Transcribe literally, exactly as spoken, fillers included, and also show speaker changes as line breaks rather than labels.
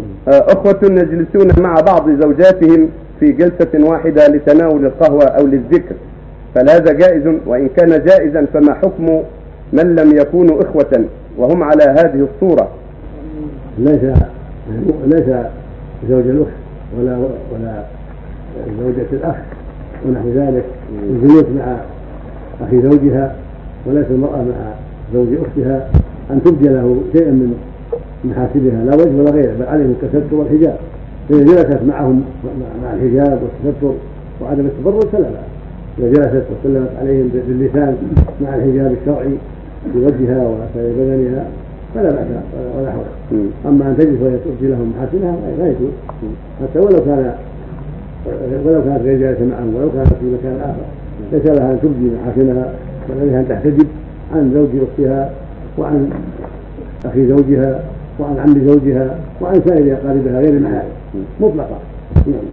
أخوة يجلسون مع بعض زوجاتهم في جلسة واحدة لتناول القهوة أو للذكر، فهل هذا جائز؟ وإن كان جائزا فما حكم من لم يكونوا إخوة وهم على هذه الصورة؟
ليس ليس زوج الأخت ولا ولا زوجة الأخ ونحو ذلك الجلوس مع أخي زوجها، وليس المرأة مع زوج أختها أن تبدي له شيئا من محاسبها لا وجه ولا غيره، بل عليهم التستر والحجاب. إذا جلست معهم مع الحجاب والتستر وعدم التبرج فلا بأس. إذا جلست وسلمت عليهم باللسان مع الحجاب الشرعي في وجهها وسائر بدنها فلا بأس ولا حرج. أما أن تجلس وهي تبدي لهم محاسنها لا يجوز، حتى ولو كان ولو كانت غير جالسة معهم ولو كانت في مكان آخر ليس لها أن تبدي محاسنها، بل عليها أن تحتجب عن زوج أختها وعن أخي زوجها وعن عم زوجها وعن سائر أقاربها غير المحارم مطلقا.